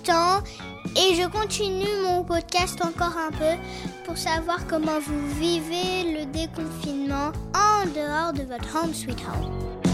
temps et je continue mon podcast encore un peu pour savoir comment vous vivez le déconfinement en dehors de votre home sweet home.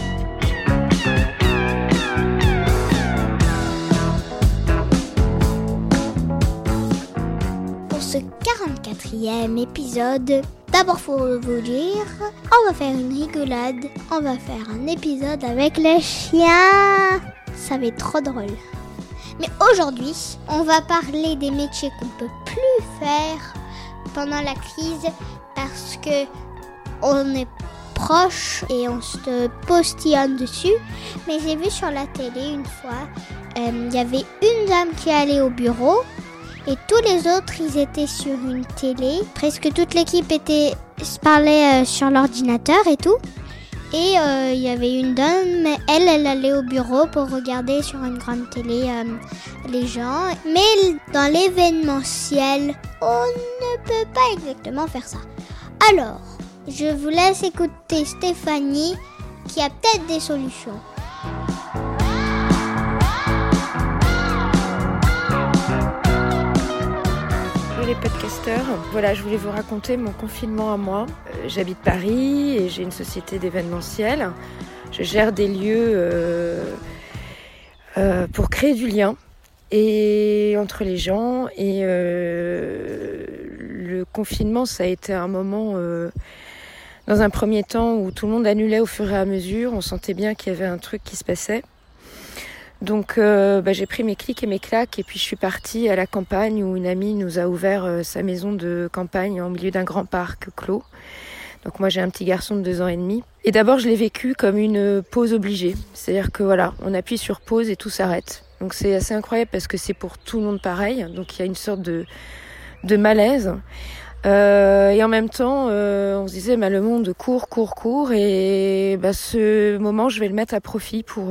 Pour ce 44e épisode, d'abord pour vous dire, on va faire une rigolade, on va faire un épisode avec les chiens. Ça va être trop drôle. Mais aujourd'hui, on va parler des métiers qu'on peut plus faire pendant la crise parce que on est proche et on se postillonne dessus. Mais j'ai vu sur la télé une fois, il y avait une dame qui allait au bureau et tous les autres, ils étaient sur une télé. Presque toute l'équipe se parlait sur l'ordinateur et tout. Et il y avait une dame, elle allait au bureau pour regarder sur une grande télé les gens. Mais dans l'événementiel, on ne peut pas exactement faire ça. Alors, je vous laisse écouter Stéphanie qui a peut-être des solutions. Les podcasteurs, voilà, je voulais vous raconter mon confinement à moi. J'habite Paris et j'ai une société d'événementiel. Je gère des lieux pour créer du lien et entre les gens. Et le confinement, ça a été un moment, dans un premier temps, où tout le monde annulait au fur et à mesure. On sentait bien qu'il y avait un truc qui se passait. Donc j'ai pris mes clics et mes claques et puis je suis partie à la campagne où une amie nous a ouvert sa maison de campagne en milieu d'un grand parc clos. Donc moi j'ai un petit garçon de 2 ans et demi. Et d'abord je l'ai vécu comme une pause obligée. C'est-à-dire que voilà, on appuie sur pause et tout s'arrête. Donc c'est assez incroyable parce que c'est pour tout le monde pareil. Donc il y a une sorte de malaise. Et en même temps, on se disait le monde court et ce moment je vais le mettre à profit pour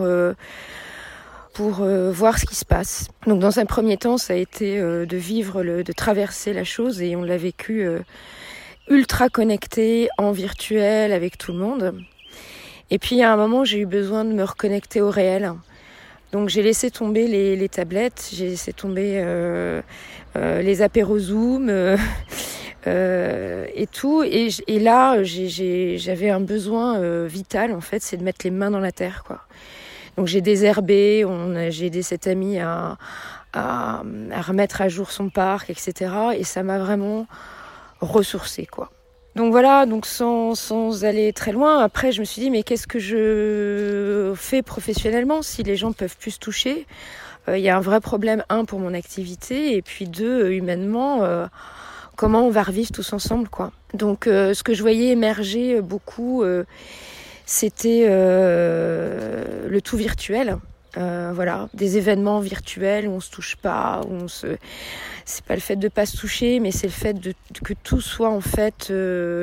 voir ce qui se passe. Donc dans un premier temps, ça a été de traverser la chose et on l'a vécu ultra connecté, en virtuel, avec tout le monde. Et puis il y a un moment, j'ai eu besoin de me reconnecter au réel. Donc j'ai laissé tomber les tablettes, j'ai laissé tomber les apéros Zoom et tout. Et là, j'avais un besoin vital, en fait, c'est de mettre les mains dans la terre, quoi. Donc j'ai désherbé, j'ai aidé cette amie à remettre à jour son parc, etc. Et ça m'a vraiment ressourcée, quoi. Donc voilà, donc sans aller très loin, après je me suis dit mais qu'est-ce que je fais professionnellement si les gens peuvent plus se toucher ? Il y a un vrai problème, 1, pour mon activité, et puis 2, humainement, comment on va revivre tous ensemble, quoi. Donc ce que je voyais émerger beaucoup, c'était le tout virtuel. Voilà, des événements virtuels où on se touche pas, c'est pas le fait de pas se toucher, mais c'est le fait que tout soit en fait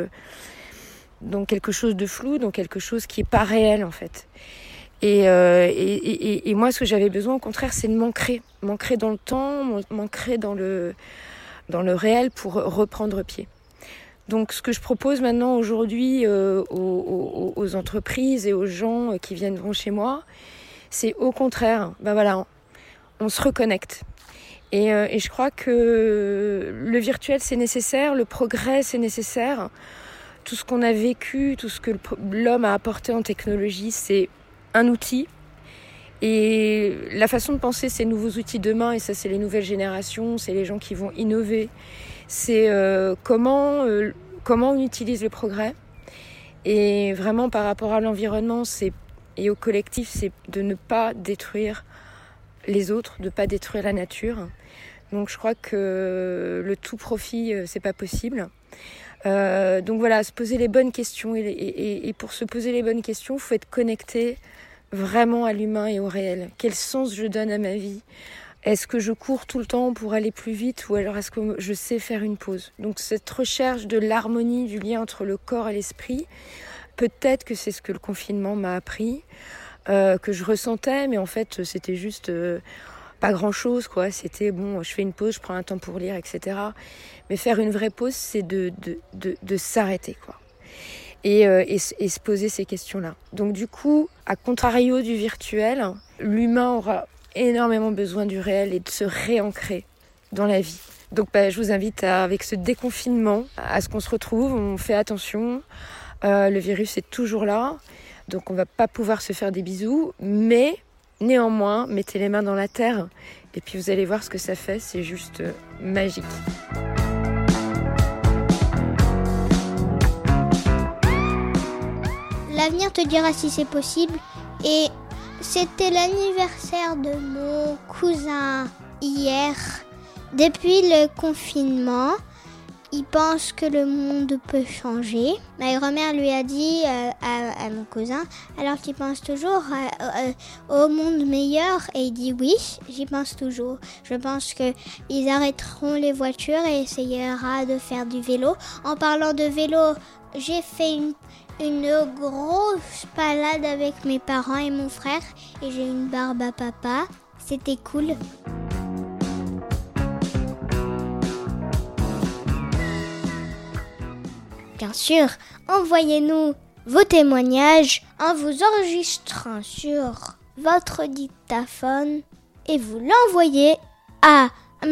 dans quelque chose de flou, dans quelque chose qui est pas réel en fait. Et moi, ce que j'avais besoin, au contraire, c'est de m'ancrer dans le temps, m'ancrer dans le réel pour reprendre pied. Donc, ce que je propose maintenant aujourd'hui aux entreprises et aux gens qui viendront chez moi, c'est au contraire, on se reconnecte. Et je crois que le virtuel, c'est nécessaire, le progrès, c'est nécessaire. Tout ce qu'on a vécu, tout ce que l'homme a apporté en technologie, c'est un outil. Et la façon de penser ces nouveaux outils demain, et ça, c'est les nouvelles générations, c'est les gens qui vont innover. C'est comment on utilise le progrès. Et vraiment, par rapport à l'environnement et au collectif, c'est de ne pas détruire les autres, de ne pas détruire la nature. Donc je crois que le tout profit, c'est pas possible. Donc voilà, se poser les bonnes questions. Et pour se poser les bonnes questions, il faut être connecté vraiment à l'humain et au réel. Quel sens je donne à ma vie ? Est-ce que je cours tout le temps pour aller plus vite ou alors est-ce que je sais faire une pause ? Donc cette recherche de l'harmonie, du lien entre le corps et l'esprit, peut-être que c'est ce que le confinement m'a appris, que je ressentais, mais en fait c'était juste pas grand-chose, quoi. C'était je fais une pause, je prends un temps pour lire, etc. Mais faire une vraie pause, c'est de s'arrêter, quoi. Et se poser ces questions-là. Donc du coup, à contrario du virtuel, l'humain aura énormément besoin du réel et de se réancrer dans la vie. Donc je vous invite avec ce déconfinement à ce qu'on se retrouve, on fait attention, le virus est toujours là, donc on va pas pouvoir se faire des bisous, mais néanmoins, mettez les mains dans la terre et puis vous allez voir ce que ça fait, c'est juste magique. L'avenir te dira si c'est possible. Et c'était l'anniversaire de mon cousin hier. Depuis le confinement, il pense que le monde peut changer. Ma grand-mère lui a dit à mon cousin, alors tu penses toujours au monde meilleur? Et il dit oui, j'y pense toujours. Je pense qu'ils arrêteront les voitures et essayera de faire du vélo. En parlant de vélo, j'ai fait une grosse balade avec mes parents et mon frère et j'ai une barbe à papa. C'était cool. Bien sûr, envoyez-nous vos témoignages en vous enregistrant sur votre dictaphone et vous l'envoyez à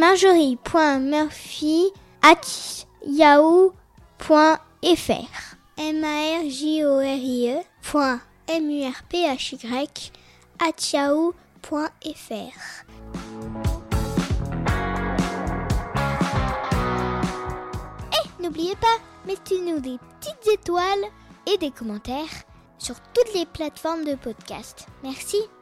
marjorie.murphy@yahoo.fr marjorie.murphy@yahoo.fr. N'oubliez pas, mettez-nous des petites étoiles et des commentaires sur toutes les plateformes de podcast. Merci.